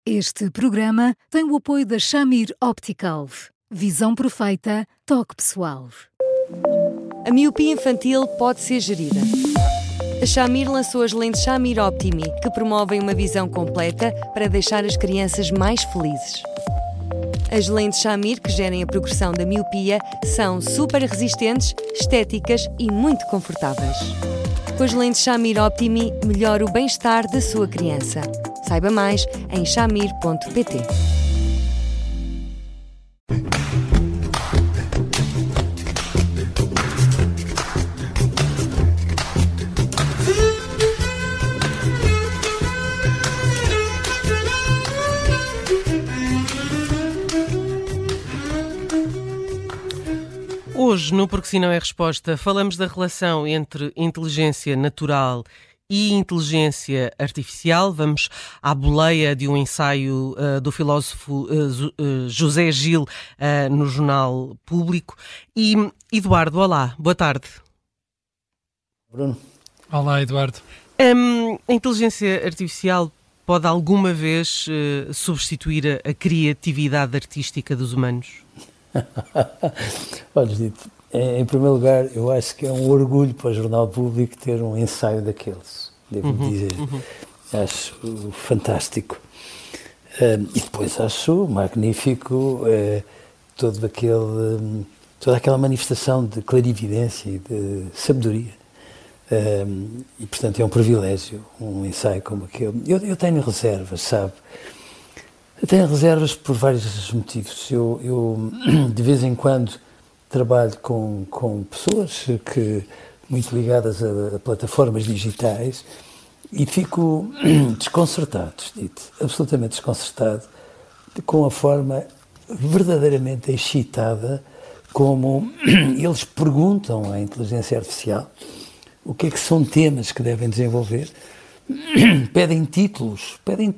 Este programa tem o apoio da Shamir Optical. Visão perfeita, toque pessoal. A miopia infantil pode ser gerida. A Shamir lançou as lentes Shamir Optimi, que promovem uma visão completa para deixar as crianças mais felizes. As lentes Shamir, que gerem a progressão da miopia, são super resistentes, estéticas e muito confortáveis. Com as lentes Shamir Optimi, melhora o bem-estar da sua criança. Saiba mais em shamir.pt. Hoje, no Porque Se Não É Resposta, falamos da relação entre inteligência natural e inteligência artificial. Vamos à boleia de um ensaio do filósofo José Gil no Jornal Público. E, Eduardo, olá, boa tarde. Bruno. Olá, Eduardo. A inteligência artificial pode alguma vez substituir a criatividade artística dos humanos? Olha, Dito, em primeiro lugar, eu acho que é um orgulho para o Jornal Público ter um ensaio daqueles, devo dizer. Acho fantástico. E depois acho magnífico toda aquela manifestação de clarividência e de sabedoria. E, portanto, é um privilégio um ensaio como aquele. Eu tenho reservas, sabe? Eu tenho reservas por vários motivos. Eu de vez em quando, trabalho com pessoas muito ligadas a plataformas digitais e fico desconcertado, absolutamente desconcertado, com a forma verdadeiramente excitada como eles perguntam à inteligência artificial o que é que são temas que devem desenvolver. Pedem títulos,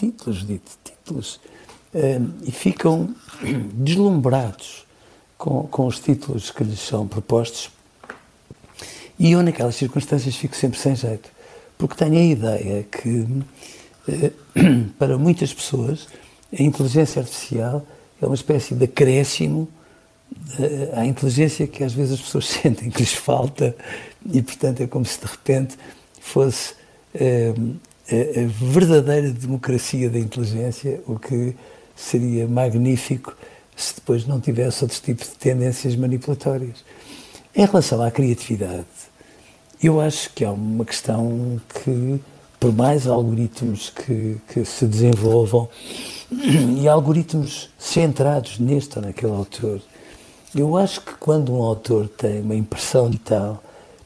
e ficam deslumbrados com os títulos que lhes são propostos. E eu, naquelas circunstâncias, fico sempre sem jeito, porque tenho a ideia que, para muitas pessoas, a inteligência artificial é uma espécie de acréscimo à inteligência que às vezes as pessoas sentem que lhes falta, e, portanto, é como se de repente fosse a verdadeira democracia da inteligência, o que seria magnífico se depois não tivesse outros tipos de tendências manipulatórias. Em relação à criatividade, eu acho que há uma questão que, por mais algoritmos que se desenvolvam, e algoritmos centrados neste ou naquele autor, eu acho que quando um autor tem uma impressão digital,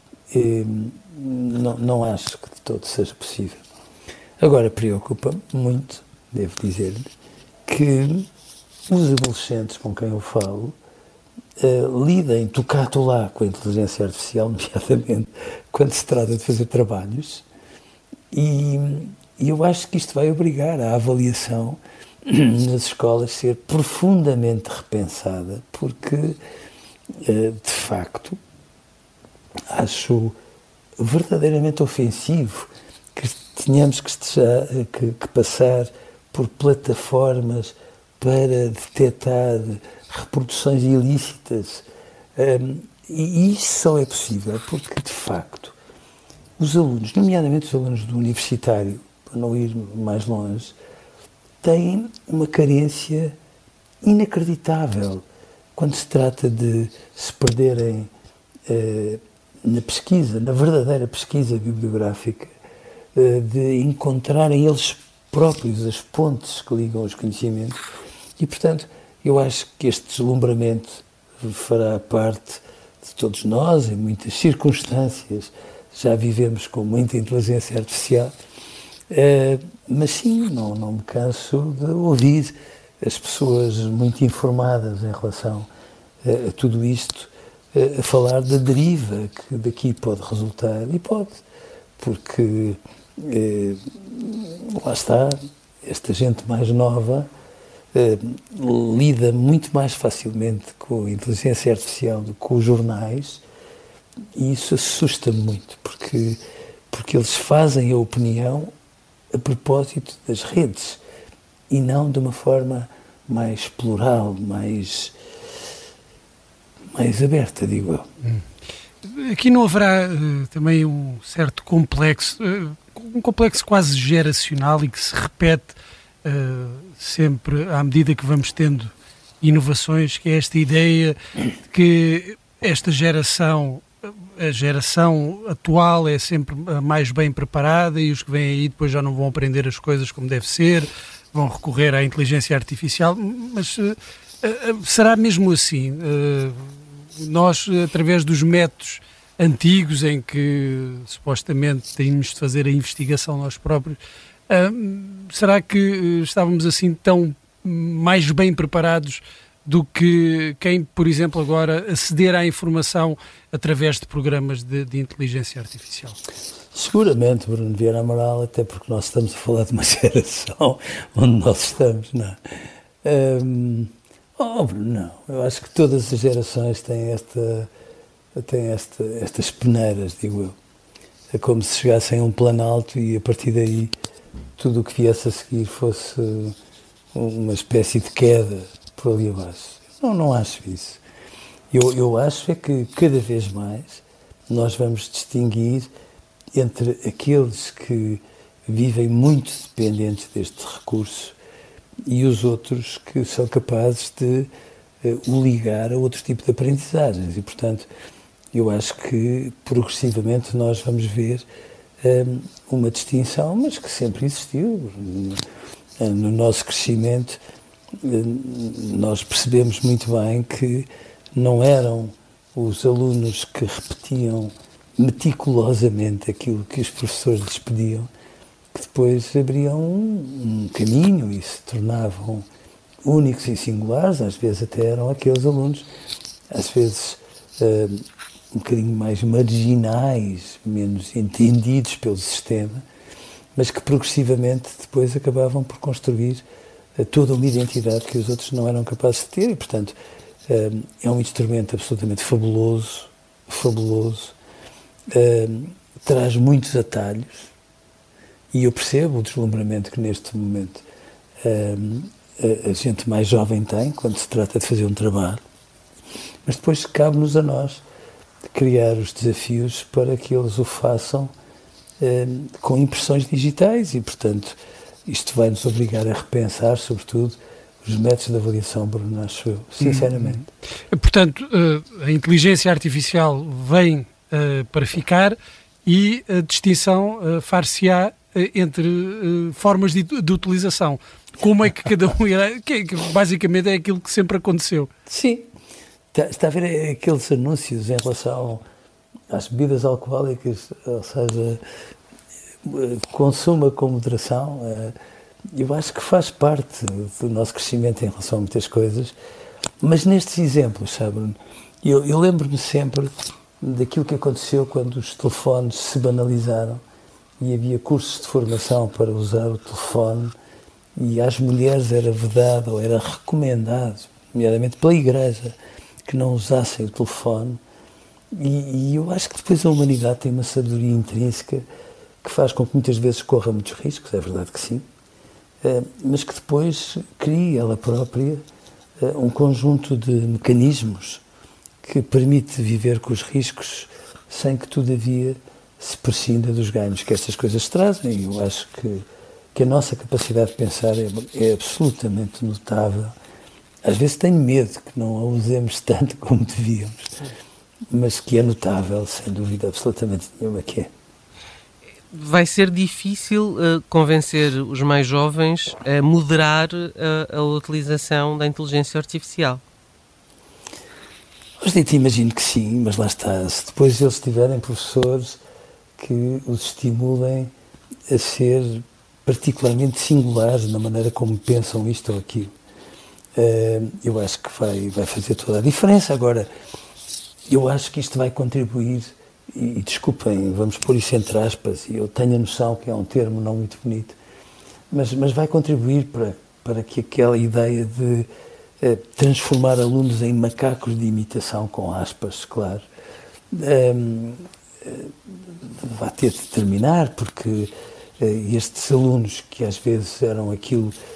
não acho que de todo seja possível. Agora, preocupa-me muito, devo dizer-lhe, que os adolescentes com quem eu falo lidem tocato lá com a inteligência artificial, nomeadamente quando se trata de fazer trabalhos, e eu acho que isto vai obrigar a avaliação nas escolas ser profundamente repensada, porque, de facto, acho verdadeiramente ofensivo que tenhamos que passar por plataformas para detectar reproduções ilícitas. E isso só é possível porque, de facto, os alunos, nomeadamente os alunos do universitário, para não ir mais longe, têm uma carência inacreditável quando se trata de se perderem na pesquisa, na verdadeira pesquisa bibliográfica, de encontrarem eles próprios as pontes que ligam os conhecimentos. E, portanto, eu acho que este deslumbramento fará parte de todos nós, em muitas circunstâncias. Já vivemos com muita inteligência artificial, mas sim, não me canso de ouvir as pessoas muito informadas em relação a tudo isto, a falar da deriva que daqui pode resultar, e pode, porque lá está, esta gente mais nova lida muito mais facilmente com a inteligência artificial do que com os jornais, e isso assusta-me muito, porque eles fazem a opinião a propósito das redes, e não de uma forma mais plural, mais aberta, digo eu. Aqui não haverá também um certo complexo, um complexo quase geracional e que se repete sempre à medida que vamos tendo inovações, que é esta ideia de que esta geração, a geração atual é sempre a mais bem preparada e os que vêm aí depois já não vão aprender as coisas como deve ser, vão recorrer à inteligência artificial, mas será mesmo assim? Nós, através dos métodos antigos em que supostamente tínhamos de fazer a investigação nós próprios, será que estávamos assim tão mais bem preparados do que quem, por exemplo, agora aceder à informação através de programas de inteligência artificial? Seguramente, Bruno Vieira Amaral, até porque nós estamos a falar de uma geração onde nós estamos, não. Bruno, não. Eu acho que todas as gerações têm estas peneiras, digo eu. É como se chegassem a um planalto e a partir daí tudo o que viesse a seguir fosse uma espécie de queda por ali abaixo. Não acho isso. Eu acho é que cada vez mais nós vamos distinguir entre aqueles que vivem muito dependentes deste recurso e os outros que são capazes de o ligar a outro tipo de aprendizagens. E, portanto, eu acho que progressivamente nós vamos ver uma distinção, mas que sempre existiu. No nosso crescimento, nós percebemos muito bem que não eram os alunos que repetiam meticulosamente aquilo que os professores lhes pediam, que depois abriam um caminho e se tornavam únicos e singulares. Às vezes até eram aqueles alunos, às vezes um bocadinho mais marginais, menos entendidos pelo sistema, mas que progressivamente depois acabavam por construir toda uma identidade que os outros não eram capazes de ter e, portanto, é um instrumento absolutamente fabuloso, traz muitos atalhos e eu percebo o deslumbramento que neste momento a gente mais jovem tem quando se trata de fazer um trabalho, mas depois cabe-nos a nós criar os desafios para que eles o façam com impressões digitais e, portanto, isto vai nos obrigar a repensar, sobretudo, os métodos de avaliação, Bruno, acho eu, sinceramente. Portanto, a inteligência artificial vem para ficar e a distinção far-se-á entre formas de utilização. Como é que cada um irá... Que basicamente é aquilo que sempre aconteceu. Sim. Está a ver aqueles anúncios em relação às bebidas alcoólicas, ou seja, consuma com moderação. Eu acho que faz parte do nosso crescimento em relação a muitas coisas, mas nestes exemplos, sabe, eu lembro-me sempre daquilo que aconteceu quando os telefones se banalizaram e havia cursos de formação para usar o telefone e às mulheres era vedado ou era recomendado, nomeadamente pela Igreja, que não usassem o telefone. E eu acho que depois a humanidade tem uma sabedoria intrínseca que faz com que muitas vezes corra muitos riscos, é verdade que sim, mas que depois crie ela própria um conjunto de mecanismos que permite viver com os riscos sem que, todavia, se prescinda dos ganhos que estas coisas trazem. E eu acho que a nossa capacidade de pensar é absolutamente notável. Às vezes tenho medo que não a usemos tanto como devíamos, mas que é notável, sem dúvida absolutamente nenhuma que é. Vai ser difícil convencer os mais jovens a moderar a utilização da inteligência artificial? Eu imagino que sim, mas lá está. Se depois eles tiverem professores que os estimulem a ser particularmente singulares na maneira como pensam isto ou aquilo, eu acho que vai fazer toda a diferença. Agora, eu acho que isto vai contribuir, e desculpem, vamos pôr isso entre aspas, e eu tenho a noção que é um termo não muito bonito, mas vai contribuir para que aquela ideia de transformar alunos em macacos de imitação, com aspas, claro, vai ter de terminar, porque estes alunos que às vezes eram aquilo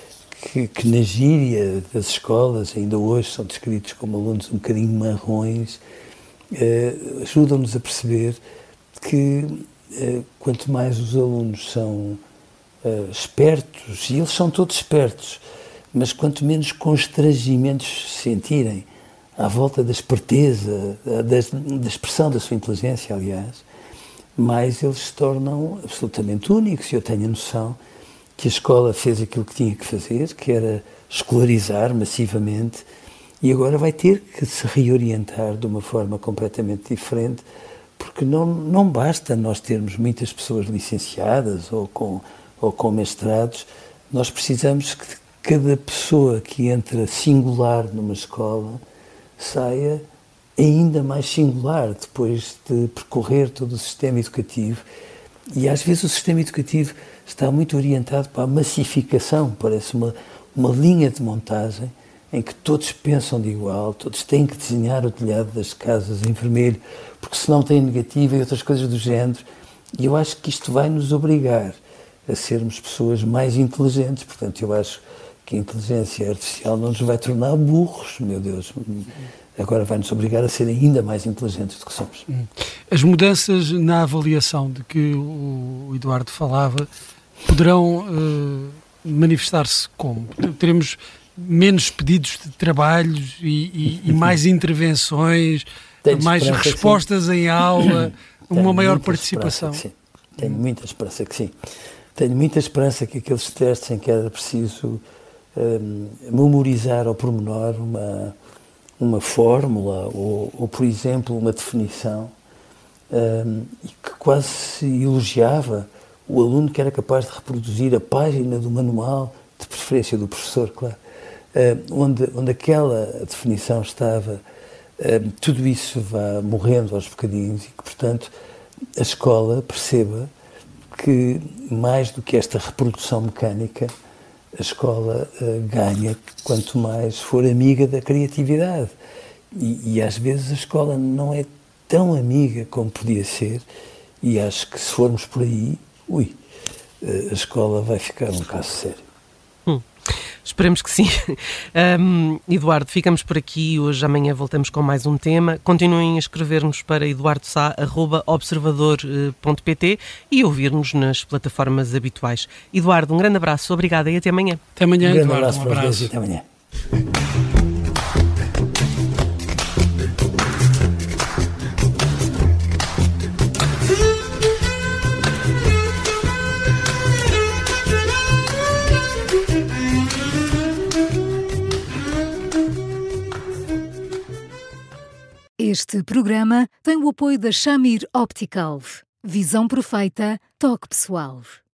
que na gíria das escolas, ainda hoje, são descritos como alunos um bocadinho marrões, ajudam-nos a perceber que quanto mais os alunos são espertos, e eles são todos espertos, mas quanto menos constrangimentos sentirem à volta da esperteza, da expressão da sua inteligência, aliás, mais eles se tornam absolutamente únicos. E eu tenho a noção que a escola fez aquilo que tinha que fazer, que era escolarizar massivamente, e agora vai ter que se reorientar de uma forma completamente diferente, porque não basta nós termos muitas pessoas licenciadas ou com mestrados. Nós precisamos que cada pessoa que entra singular numa escola saia ainda mais singular depois de percorrer todo o sistema educativo. E às vezes o sistema educativo está muito orientado para a massificação, parece uma linha de montagem em que todos pensam de igual, todos têm que desenhar o telhado das casas em vermelho, porque senão tem negativa e outras coisas do género. E eu acho que isto vai nos obrigar a sermos pessoas mais inteligentes. Portanto, eu acho que a inteligência artificial não nos vai tornar burros, meu Deus. Agora vai nos obrigar a ser ainda mais inteligentes do que somos. As mudanças na avaliação de que o Eduardo falava poderão manifestar-se como? Teremos menos pedidos de trabalhos e mais intervenções, mais respostas em aula, uma maior participação? Tenho muita esperança que sim. Tenho muita esperança que aqueles testes em que era preciso memorizar ao pormenor uma fórmula ou, por exemplo, uma definição, e que quase se elogiava o aluno que era capaz de reproduzir a página do manual, de preferência do professor, claro, onde aquela definição estava, tudo isso vá morrendo aos bocadinhos e que, portanto, a escola perceba que, mais do que esta reprodução mecânica, a escola ganha quanto mais for amiga da criatividade. E às vezes a escola não é tão amiga como podia ser, e acho que se formos por aí, a escola vai ficar um caso sério. Esperemos que sim. Eduardo, ficamos por aqui. Hoje, amanhã, voltamos com mais um tema. Continuem a escrever-nos para eduardosá@observador.pt e ouvir-nos nas plataformas habituais. Eduardo, um grande abraço, obrigada e até amanhã. Até amanhã, Um grande Eduardo. abraço para vocês e até amanhã. Este programa tem o apoio da Shamir Optical. Visão perfeita, toque pessoal.